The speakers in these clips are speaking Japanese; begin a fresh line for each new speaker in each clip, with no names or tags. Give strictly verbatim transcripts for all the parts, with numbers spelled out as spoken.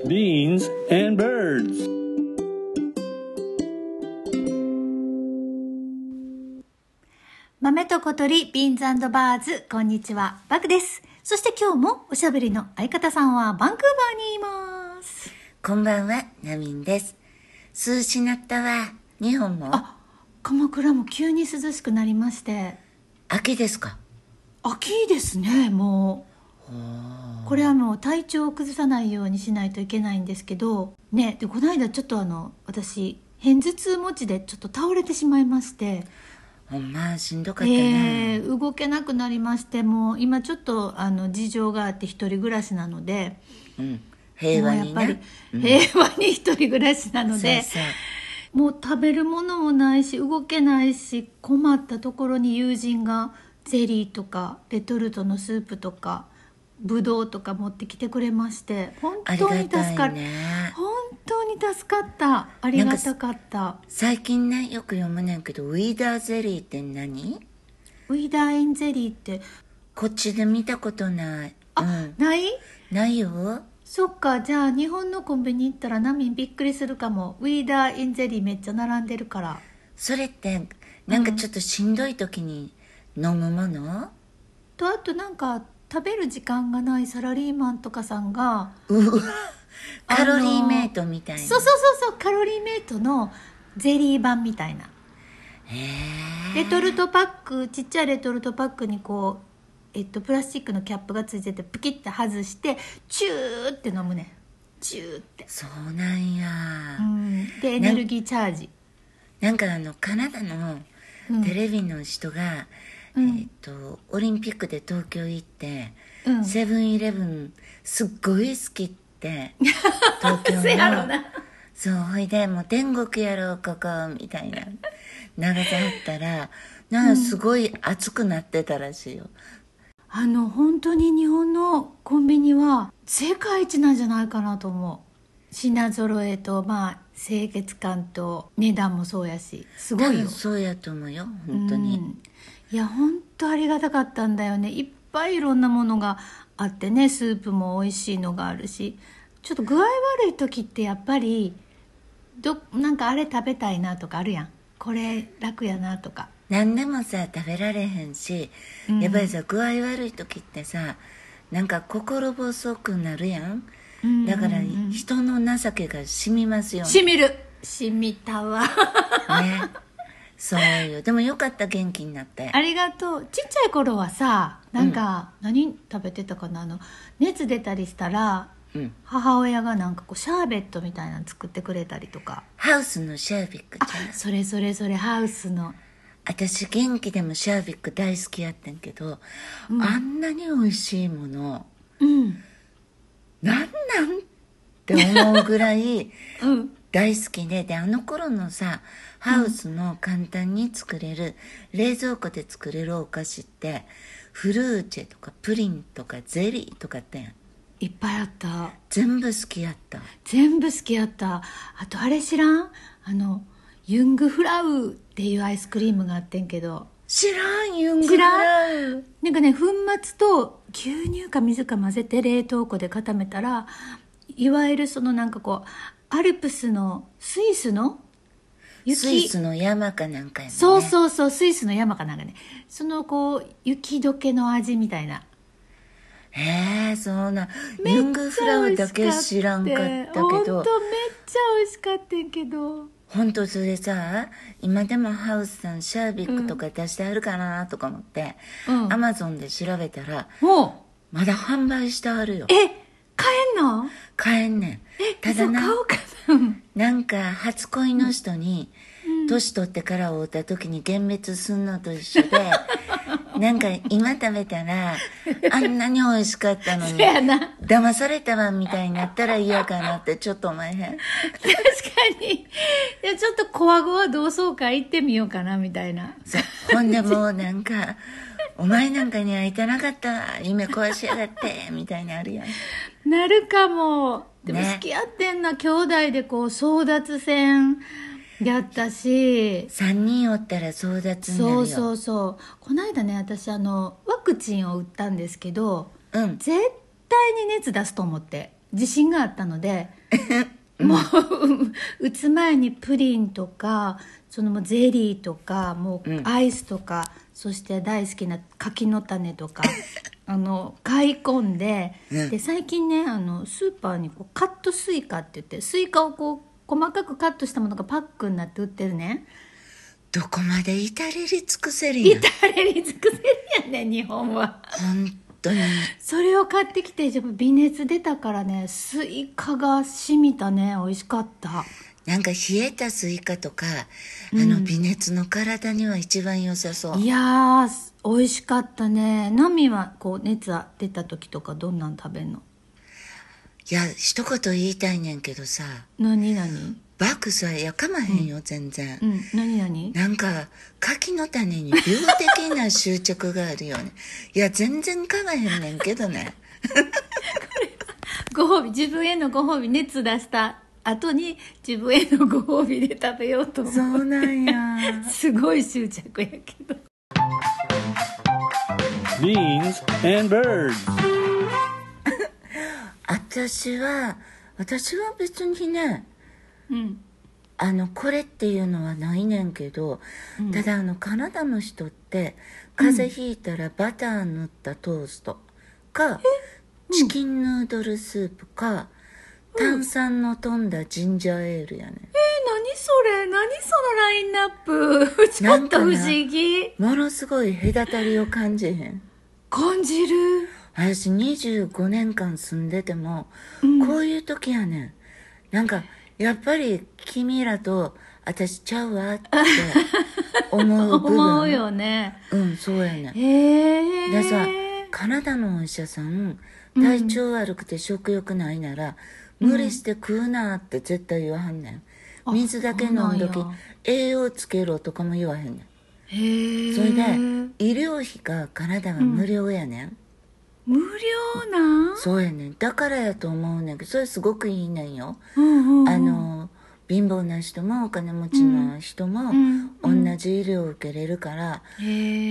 beans and birds.
豆と小鳥ビーンズ&バーズ、こんにちは、バクです。そして今日もおしゃべりの相方さんはバンクーバーにいます。
こんばんは、ナミンです。涼しなったわ。日本も
あ、鎌倉も急に涼しくなりまして。
秋ですか？
秋ですね。もうこれはもう体調を崩さないようにしないといけないんですけどね。でこの間ちょっとあの私片頭痛持ちでちょっと倒れてしまいまして、
ほんましんどかったね、
えー、動けなくなりまして、もう今ちょっとあの事情があって一人暮らしなので、
うん、平和にな、
もうやっぱり平和に一人暮らしなので、
うん、そうそう、
もう食べるものもないし動けないし、困ったところに友人がゼリーとかレトルトのスープとかブドウとか持ってきてくれまして、本当に助かる、ね、本当に助かった。ありがたかった。
最近ねよく読むねんけど、ウィダーゼリーって何？
ウィダーインゼリーって
こっちで見たことない。
あ、うん、ない
ないよ。
そっか、じゃあ日本のコンビニ行ったらナミンびっくりするかも。ウィダーインゼリーめっちゃ並んでるから。
それってなんかちょっとしんどい時に飲むもの、うん、
とあとなんか食べる時間がないサラリーマンとかさんが、
うわカロリーメイトみたいな、
そうそうそうそう、カロリーメイトのゼリー版みたいな。
へ
レトルトパック、ちっちゃいレトルトパックにこうえっと、プラスチックのキャップがついてて、プキッて外してチューって飲むね。チューって。
そうなんや、
うん、でエネルギーチャージ。
なんかあのカナダのテレビの人が、うん、えー、っとオリンピックで東京行って、うん、セブンイレブンすっごい好きって東京の
そうやろな。
そうほいでもう天国やろここみたいな長さあったらなんかすごい熱くなってたらしいよ、うん、
あの本当に日本のコンビニは世界一なんじゃないかなと思う。品揃えと、まあ清潔感と値段もそうやし、すごいよ。多分
そうやと思うよ本当に、うん、
いや本当ありがたかったんだよね。いっぱいいろんなものがあってね、スープも美味しいのがあるし、ちょっと具合悪い時ってやっぱりどなんかあれ食べたいなとかあるやん。これ楽やなとか。
何でもさ食べられへんし、うん、やっぱりさ具合悪い時ってさなんか心細くなるやん、うんうんうん、だから人の情けが染みますよね。
染みる、染みたわね。
そうよ。でもよかった、元気になって。
ありがとう。ちっちゃい頃はさ、なんか、うん、何食べてたかな、あの熱出たりしたら、うん、母親がなんかこうシャーベットみたいなの作ってくれたりとか。
ハウスのシャーベックちゃん。
あ、それそれそれ、ハウスの。
私元気でもシャーベック大好きやったんけど、うん、あんなに美味しいもの、うん、なんなんって思うぐらい大好きで、であの頃のさハウスの簡単に作れる、うん、冷蔵庫で作れるお菓子ってフルーチェとかプリンとかゼリーとかあったやん。
いっぱいあった。
全部好きやった。
全部好きやった。あとあれ知らん？あのユングフラウっていうアイスクリームがあってんけど。
知らん。ユングフラウ
なんかね、粉末と牛乳か水か混ぜて冷凍庫で固めたら、いわゆるそのなんかこうアルプスのスイスの
雪、スイスの山かなんかやもんね。
そうそうそう、スイスの山かなんかね、そのこう雪解けの味みたいな。
へえ、そうな。ユングフラウだけ知らんかったけど。
ほんとめっちゃ美味しかったんけど。
本当それさ、今でもハウスさんシャービックとか出してあるかなとか思って、うん、アマゾンで調べたら、まだ販売してあるよ。
え、買えんの？
買えんねん。
え、
ただな、
買おうかな。
なんか初恋の人に、うん、年取ってから会うた時に幻滅すんのと一緒で、なんか今食べたらあんなに美味しかったのに騙されたわみたいになったら嫌かなってちょっと思えへん？確か
に。いや、ちょっとコアゴは同窓会行ってみようかなみたいな。
そうほんでもうなんかお前なんかに会いたなかった夢壊しやがってみたいなあるやん。
なるかも。でも好き合ってんな、ね、兄弟でこう争奪戦やったし、
さんにんおったら争奪になるよ。
そうそうそう。この間ね、私あのワクチンを打ったんですけど、うん、絶対に熱出すと思って、 自信があったのでもう打つ前にプリンとかそのもうゼリーとかもうアイスとか、うん、そして大好きな柿の種とかあの買い込んで、うん、で最近ねあのスーパーにこうカットスイカって言ってスイカをこう細かくカットしたものがパックになって売ってるね。
どこまで至れり尽くせりやん。
至れり尽くせりやね日本は。
本当に。そ
れを買ってきて微熱出たからねスイカが染みたね。美味しかった。
なんか冷えたスイカとか、うん、あの微熱の体には一番良さそう。
いやー美味しかったね。ナミはこう熱出た時とかどんなん食べんの？
いや一言言いたいねんけどさ。
何何？
バクさやかまへんよ、うん、全然、
うん、何何？
なんか柿の種に病的な執着があるよね。いや全然かまへんねんけどねこ
れご褒美、自分へのご褒美、熱出した後に自分へのご褒美で食べようと思って。
そうなんや
すごい執着やけど。
Beans and Birds
私は私は別にね、
うん、
あのこれっていうのはないねんけど、うん、ただあのカナダの人って風邪ひいたらバター塗ったトーストか、うん、チキンヌードルスープか、うん、炭酸の飛んだジンジャーエールやねん。えー、
何それ、何そのラインナップちょっと不思議。
ものすごい隔たりを感じへん？
感じる。
私にじゅうごねんかん住んでても、うん、こういう時やねん。なんかやっぱり君らと私ちゃうわって思う部分
思うよね。
うん、そうやねん。
へ
でさ、カナダのお医者さん、体調悪くて食欲ないなら、うん、無理して食うなって絶対言わはんねん。水だけ飲んどき栄養つけろとかも言わへんねん。
へー。
それで医療費がカナダは無料やねん、うん
無料なん？
そうやねん。だからやと思うねんけど、それすごくいいねんよ、
うんうんうん、
あの貧乏な人もお金持ちの人も同じ医療を受けれるから、
うん、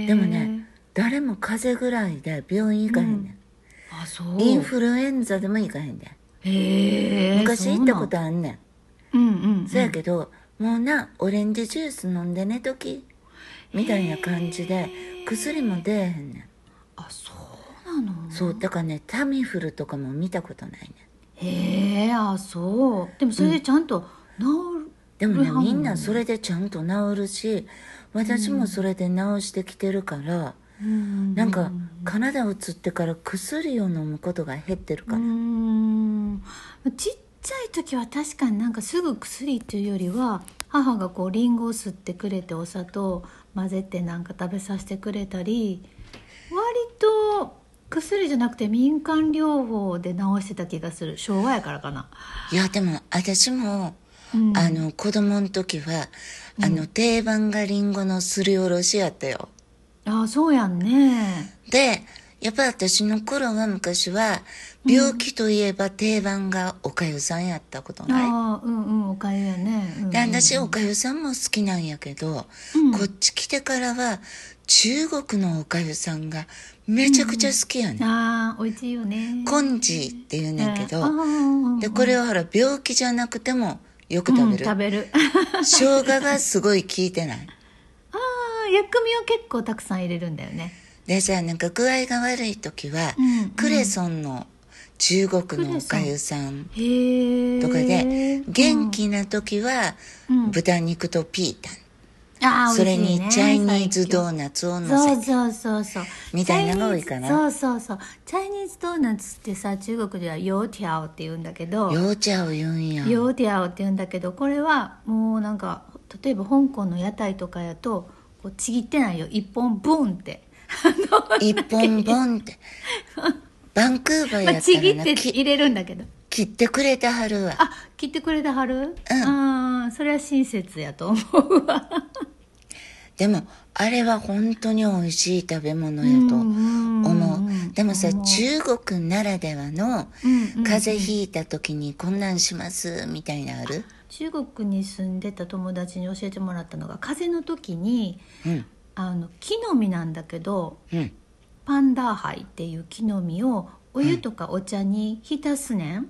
でもね誰も風邪ぐらいで病院行かへんねん、
うん、あそう
インフルエンザでも行かへんで。
へ
昔行ったことあんね
ん。うんうんうん、
そやけどもうなオレンジジュース飲んで寝ときみたいな感じで薬も出えへんねん。
あそうなの？
そうだからねタミフルとかも見たことないね。
へえ、あそうでもそれでちゃんと治る、うん、
でもねみんなそれでちゃんと治るし私もそれで治してきてるから、うん、なんかカナダ移ってから薬を飲むことが減ってるから。う
ーんちっちゃい時は確かになんかすぐ薬っていうよりは母がこうリンゴを吸ってくれてお砂糖混ぜてなんか食べさせてくれたり割と薬じゃなくて民間療法で治してた気がする。昭和やからかな。
いやでも私も、うん、あの子供の時は、うん、あの定番がリンゴのすりおろしやったよ。
ああそうやんね。
でやっぱ私の頃は昔は病気といえば定番がおかゆさんやったことない？
ああうんうんおかゆやね、うんうんうん、
で私おかゆさんも好きなんやけど、うん、こっち来てからは中国のおかゆさんがめちゃくちゃ好きやね、うん、
ああ美味しいよね。
コンジって言うねんけど、えー、でこれはほら病気じゃなくてもよく食べる、うん、
食べる
生姜がすごい効いてない
ああ薬味を結構たくさん入れるんだよね。
でさなんか具合が悪い時は、うんうん、クレソンの中国のおかゆさんとかで元気な時は、うん、豚肉とピータンあそれにチャイニーズドーナツをのせて
そうそうそうそう
みたいなのが多いかな。
そうそうそうチャイニーズドーナツってさ中国ではヨーティアオって言うんだけど
ヨーティアオ言うんや
ヨーティアオって言うんだけどこれはもうなんか例えば香港の屋台とかやとこうちぎってないよ一本ブンって
一本ボンってバンクーバーやったらな、まあ、
ちぎって入れるんだけど
切ってくれたはるわ。
あ切ってくれたはる、うん、あそれは親切やと思うわ
でもあれは本当に美味しい食べ物やと思う。でもさ中国ならではの風邪ひいた時にこんなんしますみたいなある？
中国に住んでた友達に教えてもらったのが風邪の時に、うん、あの木の実なんだけど、うん、パンダーハイっていう木の実をお湯とかお茶に浸すねん、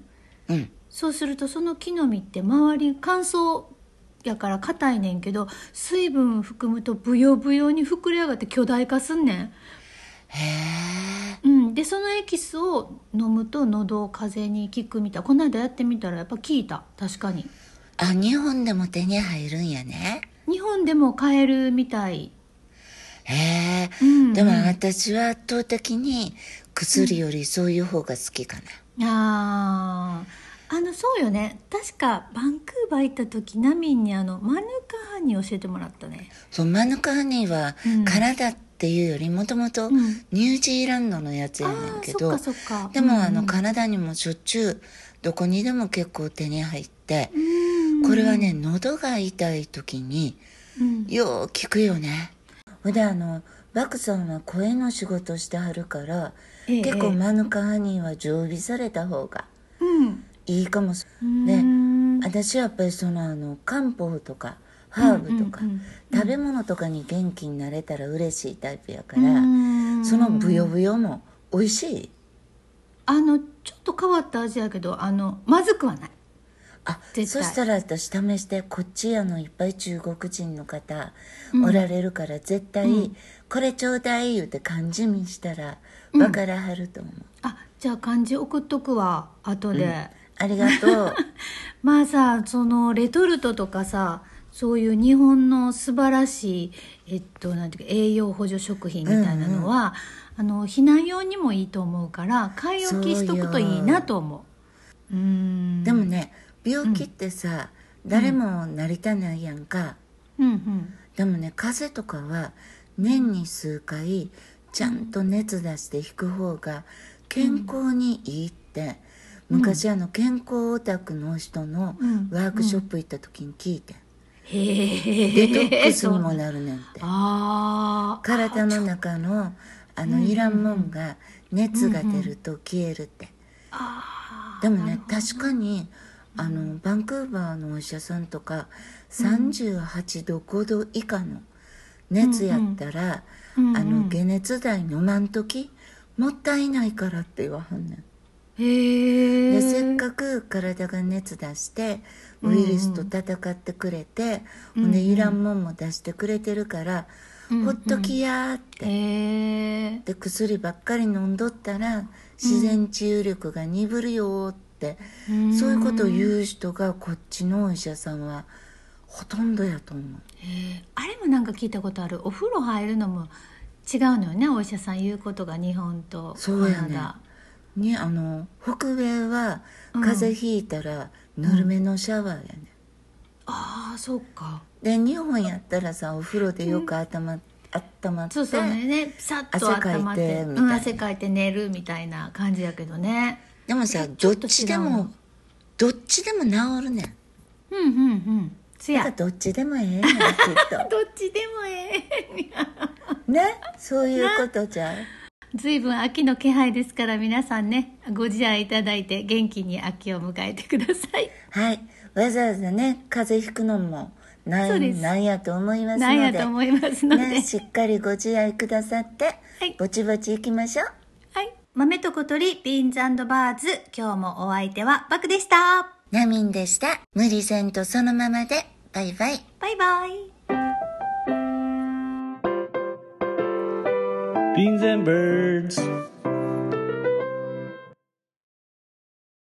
うん、
そうするとその木の実って周り乾燥やから硬いねんけど、水分含むとブヨブヨに膨れ上がって巨大化すんねん。
へえ、
うん、でそのエキスを飲むと喉風邪に効くみたい。この間やってみたらやっぱ効いた。確かに。
あ、日本でも手に入るんやね。
日本でも買えるみたい。
へえ、
うんうん、
でも私は圧倒的に薬よりそういう方が好きかな、
うん、あああのそうよね。確かバンクーバー行った時ナミンにあのマヌカハニー教えてもらったね。
そう、マヌカハニーはカナダっていうよりもともとニュージーランドのやつやねんけど、
うん、あそっかそっか。
でも、
うんうん、
あのカナダにもしょっちゅうどこにでも結構手に入って、うん、これはね喉が痛い時によう効くよね。ほ、うん、であのバクさんは声の仕事してはるから、ええ、結構マヌカハニーは常備された方がいいかもしれない、ね、私はやっぱりそのあの漢方とかハーブとか、うんうんうん、食べ物とかに元気になれたら嬉しいタイプやから、そのブヨブヨも美味しい。あの
ちょっと変わった味やけどあのまずくはない。
あ、そしたら私試してこっちあのいっぱい中国人の方おられるから、うん、絶対、うん、これちょうだい言うて漢字見したら分からはると思う、うん、
あ、じゃあ漢字送っとくわ後で、うん、
ありがとう
まあさ、そのレトルトとかさ、そういう日本の素晴らしい、えっと、なんていうか栄養補助食品みたいなのは、うんうん、あの避難用にもいいと思うから買い置きしとくといいなと思う。うーん、
でもね病気ってさ、うん、誰もなりたないやんか、うんうん、でもね風邪とかは年に数回ちゃんと熱出して引く方が健康にいいって、うん、昔あの健康オタクの人のワークショップ行った時に聞いて、うんうん、へデトックスにもなるねんって。あ、体の中のあのいらんもんが熱が出ると消えるって、うんうん、あ、でもね確かにあのバンクーバーのお医者さんとかさんじゅうはちどごど以下の熱やったら、うんうん、あの解熱剤飲まんときもったいないからって言わはんねん。へでせっかく体が熱出してウイルスと戦ってくれて、うんうん、ほんでいらんもんも出してくれてるから、うんうん、ほっときやーって、へで薬ばっかり飲んどったら自然治癒力が鈍るよって、うん、そういうことを言う人がこっちのお医者さんはほとんどやと思う。
へあれもなんか聞いたことある。お風呂入るのも違うのよね、お医者さん言うことが日本とカナダ。そうやね
にあの北米は風邪ひいたらぬるめのシャワーやね、うん、
ああそうか。
で日本やったらさお風呂でよく頭、うん、温まって
そうそうね、さっと温まって汗かいてみたいな、うん、汗かいて寝るみたいな感じやけどね。
でもさどっちでもどっちでも治るねん。
うんうんうん。つや
だからどっちでもええねんきっと
どっちでもえ
えね、そういうことじゃん。
ずいぶん秋の気配ですから皆さんねご自愛いただいて元気に秋を迎えてください。
はい、わざわざね風邪ひくのもないなんやと思いますので、
なんやと思いますので、
ね、しっかりご自愛くださって、はい、ぼちぼちいきましょう。
はい、豆と小鳥ビーンズ&バーズ、今日もお相手はバクでした。
ナミンでした。無理せんとそのままで。バイバイ。
バイバイ。
Beans and birds.